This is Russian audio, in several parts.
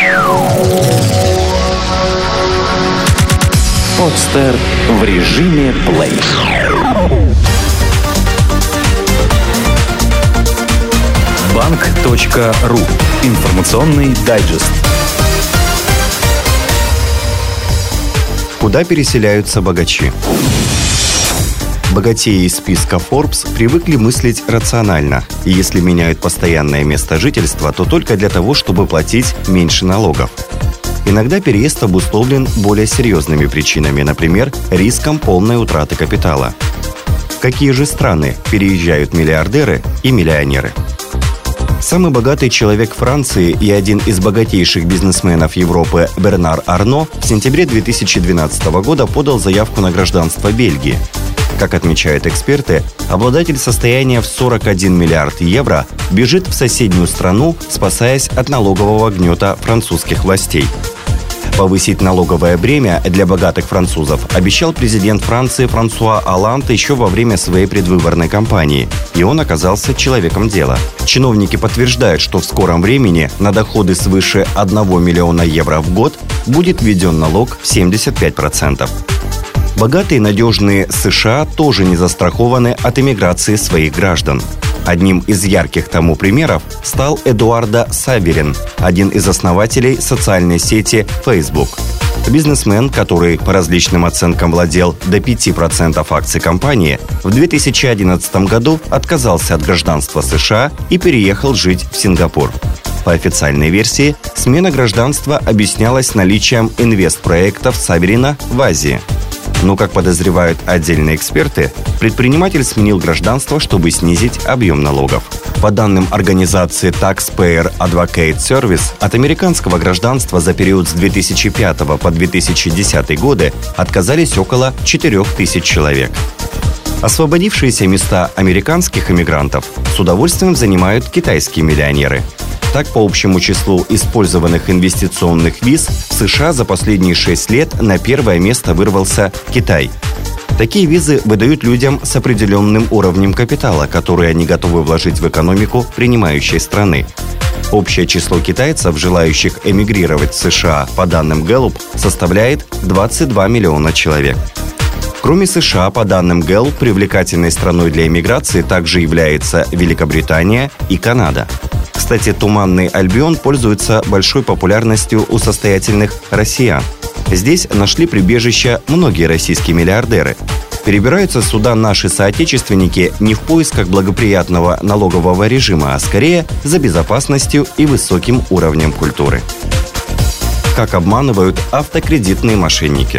Подстер в режиме плей. Банк.ру. Информационный дайджест. Куда переселяются богачи? Богатеи из списка Forbes привыкли мыслить рационально. И если меняют постоянное место жительства, то только для того, чтобы платить меньше налогов. Иногда переезд обусловлен более серьезными причинами, например, риском полной утраты капитала. В какие же страны переезжают миллиардеры и миллионеры? Самый богатый человек Франции и один из богатейших бизнесменов Европы Бернар Арно в сентябре 2012 года подал заявку на гражданство Бельгии. Как отмечают эксперты, обладатель состояния в 41 миллиард евро бежит в соседнюю страну, спасаясь от налогового гнета французских властей. Повысить налоговое бремя для богатых французов обещал президент Франции Франсуа Олланд еще во время своей предвыборной кампании, и он оказался человеком дела. Чиновники подтверждают, что в скором времени на доходы свыше 1 миллиона евро в год будет введен налог в 75%. Богатые и надежные США тоже не застрахованы от эмиграции своих граждан. Одним из ярких тому примеров стал Эдуардо Саверин, один из основателей социальной сети Facebook. Бизнесмен, который по различным оценкам владел до 5% акций компании, в 2011 году отказался от гражданства США и переехал жить в Сингапур. По официальной версии, смена гражданства объяснялась наличием инвестпроектов Саверина в Азии. Но, как подозревают отдельные эксперты, предприниматель сменил гражданство, чтобы снизить объем налогов. По данным организации Taxpayer Advocate Service, от американского гражданства за период с 2005 по 2010 годы отказались около 4000 человек. Освободившиеся места американских иммигрантов с удовольствием занимают китайские миллионеры. Так, по общему числу использованных инвестиционных виз в США за последние 6 лет на первое место вырвался Китай. Такие визы выдают людям с определенным уровнем капитала, которые они готовы вложить в экономику принимающей страны. Общее число китайцев, желающих эмигрировать в США, по данным Gallup, составляет 22 миллиона человек. Кроме США, по данным Gallup, привлекательной страной для эмиграции также является Великобритания и Канада. Кстати, Туманный Альбион пользуется большой популярностью у состоятельных россиян. Здесь нашли прибежище многие российские миллиардеры. Перебираются сюда наши соотечественники не в поисках благоприятного налогового режима, а скорее за безопасностью и высоким уровнем культуры. Как обманывают автокредитные мошенники.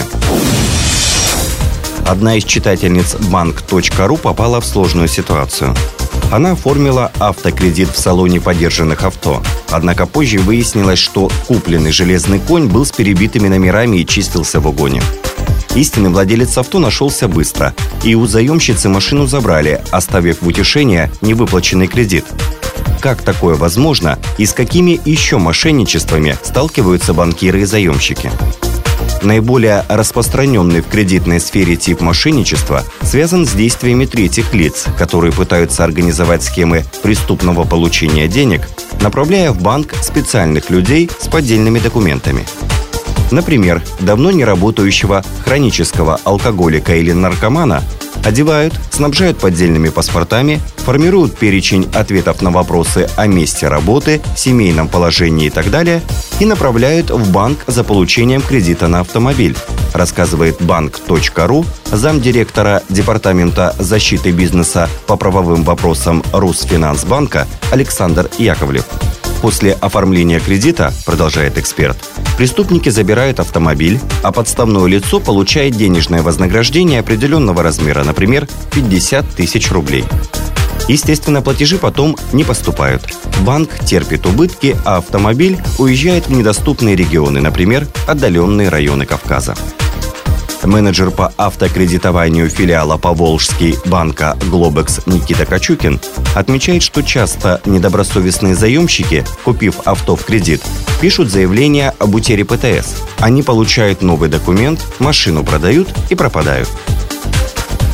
Одна из читательниц Bank.ru попала в сложную ситуацию. Она оформила автокредит в салоне подержанных авто. Однако позже выяснилось, что купленный железный конь был с перебитыми номерами и чистился в угоне. Истинный владелец авто нашелся быстро, и у заемщицы машину забрали, оставив в утешение невыплаченный кредит. Как такое возможно и с какими еще мошенничествами сталкиваются банкиры и заемщики? Наиболее распространенный в кредитной сфере тип мошенничества связан с действиями третьих лиц, которые пытаются организовать схемы преступного получения денег, направляя в банк специальных людей с поддельными документами. Например, давно не работающего хронического алкоголика или наркомана одевают, снабжают поддельными паспортами, формируют перечень ответов на вопросы о месте работы, семейном положении и так далее и направляют в банк за получением кредита на автомобиль, рассказывает Bank.ru замдиректора Департамента защиты бизнеса по правовым вопросам Русфинансбанка Александр Яковлев. После оформления кредита, продолжает эксперт, преступники забирают автомобиль, а подставное лицо получает денежное вознаграждение определенного размера, например, 50 тысяч рублей. Естественно, платежи потом не поступают. Банк терпит убытки, а автомобиль уезжает в недоступные регионы, например, отдаленные районы Кавказа. Менеджер по автокредитованию филиала Поволжский банка «Глобекс» Никита Качукин отмечает, что часто недобросовестные заемщики, купив авто в кредит, пишут заявление об утере ПТС. Они получают новый документ, машину продают и пропадают.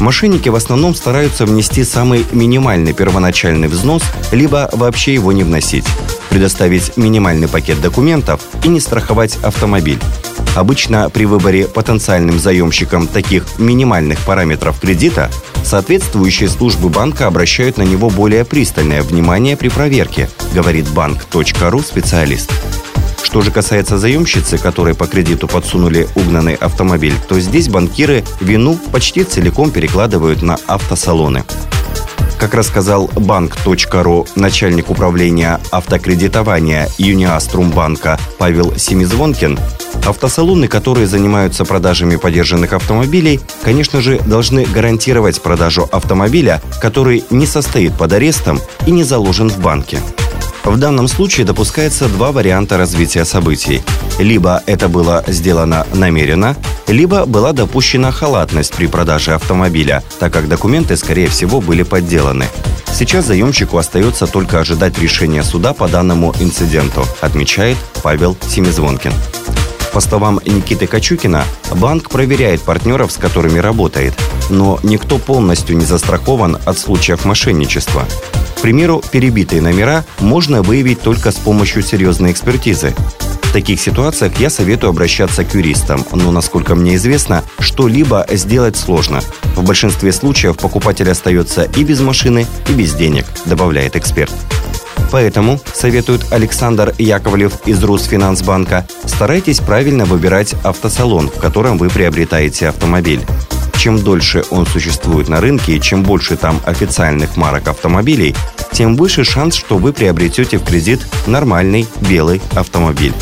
Мошенники в основном стараются внести самый минимальный первоначальный взнос, либо вообще его не вносить, предоставить минимальный пакет документов и не страховать автомобиль. Обычно при выборе потенциальным заемщиком таких минимальных параметров кредита соответствующие службы банка обращают на него более пристальное внимание при проверке, говорит bank.ru специалист. Что же касается заемщицы, которой по кредиту подсунули угнанный автомобиль, то здесь банкиры вину почти целиком перекладывают на автосалоны. Как рассказал bank.ru начальник управления автокредитования Юниаструмбанка Павел Семизвонкин, автосалоны, которые занимаются продажами подержанных автомобилей, конечно же, должны гарантировать продажу автомобиля, который не состоит под арестом и не заложен в банке. В данном случае допускается два варианта развития событий. Либо это было сделано намеренно, либо была допущена халатность при продаже автомобиля, так как документы, скорее всего, были подделаны. Сейчас заемщику остается только ожидать решения суда по данному инциденту, отмечает Павел Семизвонкин. По словам Никиты Качукина, банк проверяет партнеров, с которыми работает, но никто полностью не застрахован от случаев мошенничества. К примеру, перебитые номера можно выявить только с помощью серьезной экспертизы. В таких ситуациях я советую обращаться к юристам, но, насколько мне известно, что-либо сделать сложно. В большинстве случаев покупатель остается и без машины, и без денег, добавляет эксперт. Поэтому, советует Александр Яковлев из Русфинансбанка, старайтесь правильно выбирать автосалон, в котором вы приобретаете автомобиль. Чем дольше он существует на рынке и чем больше там официальных марок автомобилей, тем выше шанс, что вы приобретете в кредит нормальный белый автомобиль.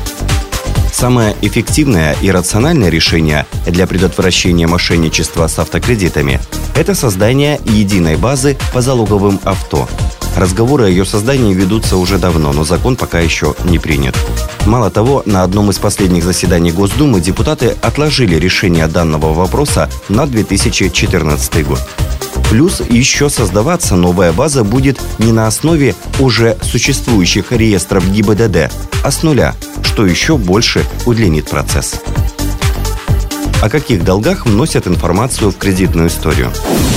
Самое эффективное и рациональное решение для предотвращения мошенничества с автокредитами – это создание единой базы по залоговым авто. Разговоры о ее создании ведутся уже давно, но закон пока еще не принят. Мало того, на одном из последних заседаний Госдумы депутаты отложили решение данного вопроса на 2014 год. Плюс еще создаваться новая база будет не на основе уже существующих реестров ГИБДД, а с нуля, что еще больше удлинит процесс. О каких долгах вносят информацию в кредитную историю?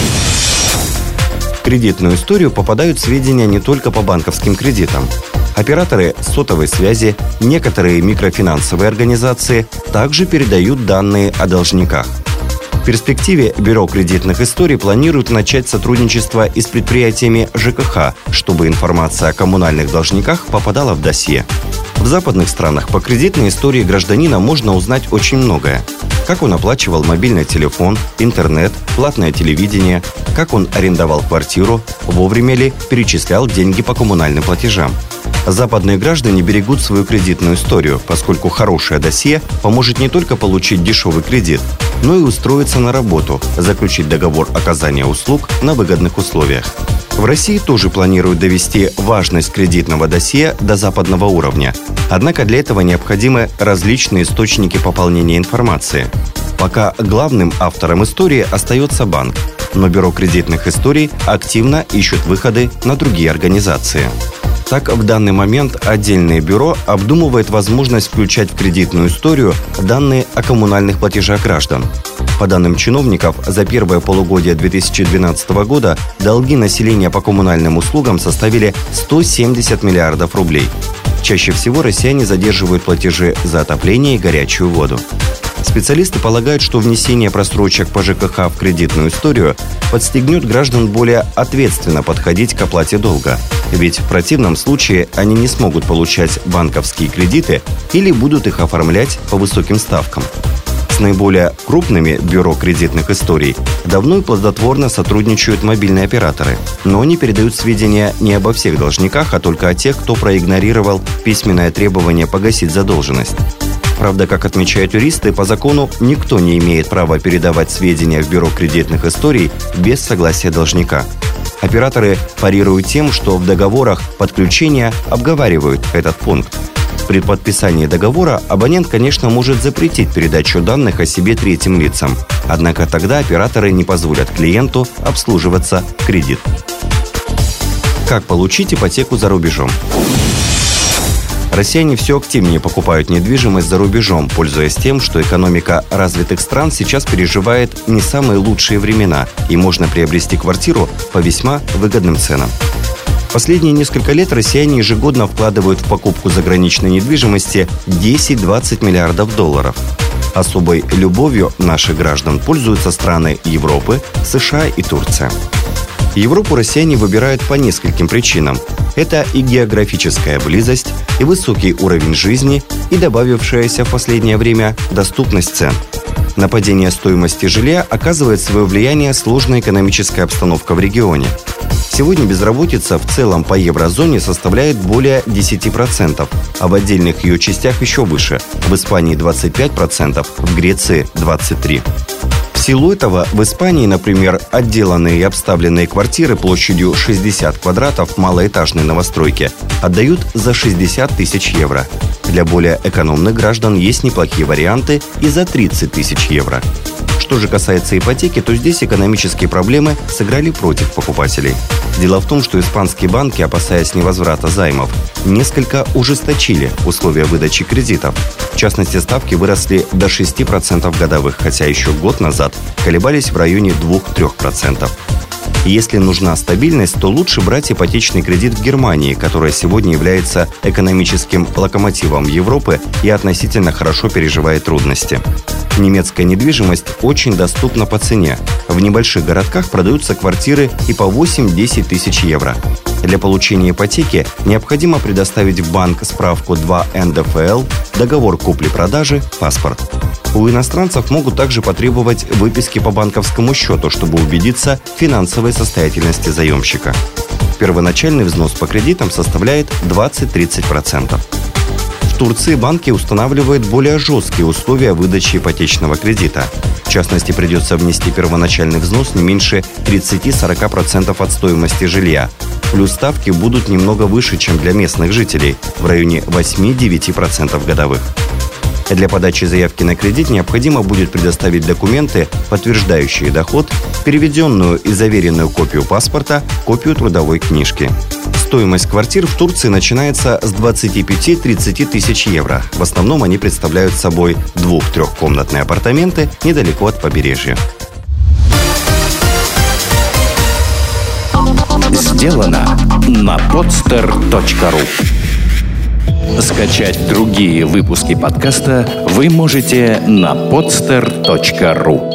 В кредитную историю попадают сведения не только по банковским кредитам. Операторы сотовой связи, некоторые микрофинансовые организации также передают данные о должниках. В перспективе Бюро кредитных историй планирует начать сотрудничество и с предприятиями ЖКХ, чтобы информация о коммунальных должниках попадала в досье. В западных странах по кредитной истории гражданина можно узнать очень многое. Как он оплачивал мобильный телефон, интернет, платное телевидение, как он арендовал квартиру, вовремя ли перечислял деньги по коммунальным платежам. Западные граждане берегут свою кредитную историю, поскольку хорошее досье поможет не только получить дешевый кредит, но и устроиться на работу, заключить договор оказания услуг на выгодных условиях. В России тоже планируют довести важность кредитного досье до западного уровня. Однако для этого необходимы различные источники пополнения информации. Пока главным автором истории остается банк, но Бюро кредитных историй активно ищут выходы на другие организации. Так, в данный момент отдельное бюро обдумывает возможность включать в кредитную историю данные о коммунальных платежах граждан. По данным чиновников, за первое полугодие 2012 года долги населения по коммунальным услугам составили 170 миллиардов рублей. Чаще всего россияне задерживают платежи за отопление и горячую воду. Специалисты полагают, что внесение просрочек по ЖКХ в кредитную историю подстегнет граждан более ответственно подходить к оплате долга. Ведь в противном случае они не смогут получать банковские кредиты или будут их оформлять по высоким ставкам. С наиболее крупными бюро кредитных историй давно и плодотворно сотрудничают мобильные операторы, но они передают сведения не обо всех должниках, а только о тех, кто проигнорировал письменное требование погасить задолженность. Правда, как отмечают юристы, по закону никто не имеет права передавать сведения в бюро кредитных историй без согласия должника. Операторы парируют тем, что в договорах подключения обговаривают этот пункт. При подписании договора абонент, конечно, может запретить передачу данных о себе третьим лицам. Однако тогда операторы не позволят клиенту обслуживаться в кредит. Как получить ипотеку за рубежом? Россияне все активнее покупают недвижимость за рубежом, пользуясь тем, что экономика развитых стран сейчас переживает не самые лучшие времена, и можно приобрести квартиру по весьма выгодным ценам. Последние несколько лет россияне ежегодно вкладывают в покупку заграничной недвижимости 10-20 миллиардов долларов. Особой любовью наших граждан пользуются страны Европы, США и Турция. Европу россияне выбирают по нескольким причинам. Это и географическая близость, и высокий уровень жизни, и добавившаяся в последнее время доступность цен. На падение стоимости жилья оказывает свое влияние сложная экономическая обстановка в регионе. Сегодня безработица в целом по еврозоне составляет более 10%, а в отдельных ее частях еще выше. В Испании 25%, в Греции 23%. В силу этого в Испании, например, отделанные и обставленные квартиры площадью 60 квадратов малоэтажной новостройки отдают за 60 тысяч евро. Для более экономных граждан есть неплохие варианты и за 30 тысяч евро. Что же касается ипотеки, то здесь экономические проблемы сыграли против покупателей. Дело в том, что испанские банки, опасаясь невозврата займов, несколько ужесточили условия выдачи кредитов. В частности, ставки выросли до 6% годовых, хотя еще год назад колебались в районе 2-3%. Если нужна стабильность, то лучше брать ипотечный кредит в Германии, которая сегодня является экономическим локомотивом Европы и относительно хорошо переживает трудности. Немецкая недвижимость очень доступна по цене. В небольших городках продаются квартиры и по 8-10 тысяч евро. Для получения ипотеки необходимо предоставить в банк справку 2 НДФЛ, договор купли-продажи, паспорт. У иностранцев могут также потребовать выписки по банковскому счету, чтобы убедиться в финансовой состоятельности заемщика. Первоначальный взнос по кредитам составляет 20-30%. В Турции банки устанавливают более жесткие условия выдачи ипотечного кредита. В частности, придется внести первоначальный взнос не меньше 30-40% от стоимости жилья. Плюс ставки будут немного выше, чем для местных жителей, в районе 8-9% годовых. Для подачи заявки на кредит необходимо будет предоставить документы, подтверждающие доход, переведенную и заверенную копию паспорта, копию трудовой книжки. Стоимость квартир в Турции начинается с 25-30 тысяч евро. В основном они представляют собой 2-3-комнатные апартаменты недалеко от побережья. Сделано на podster.ru. Скачать другие выпуски подкаста вы можете на podster.ru.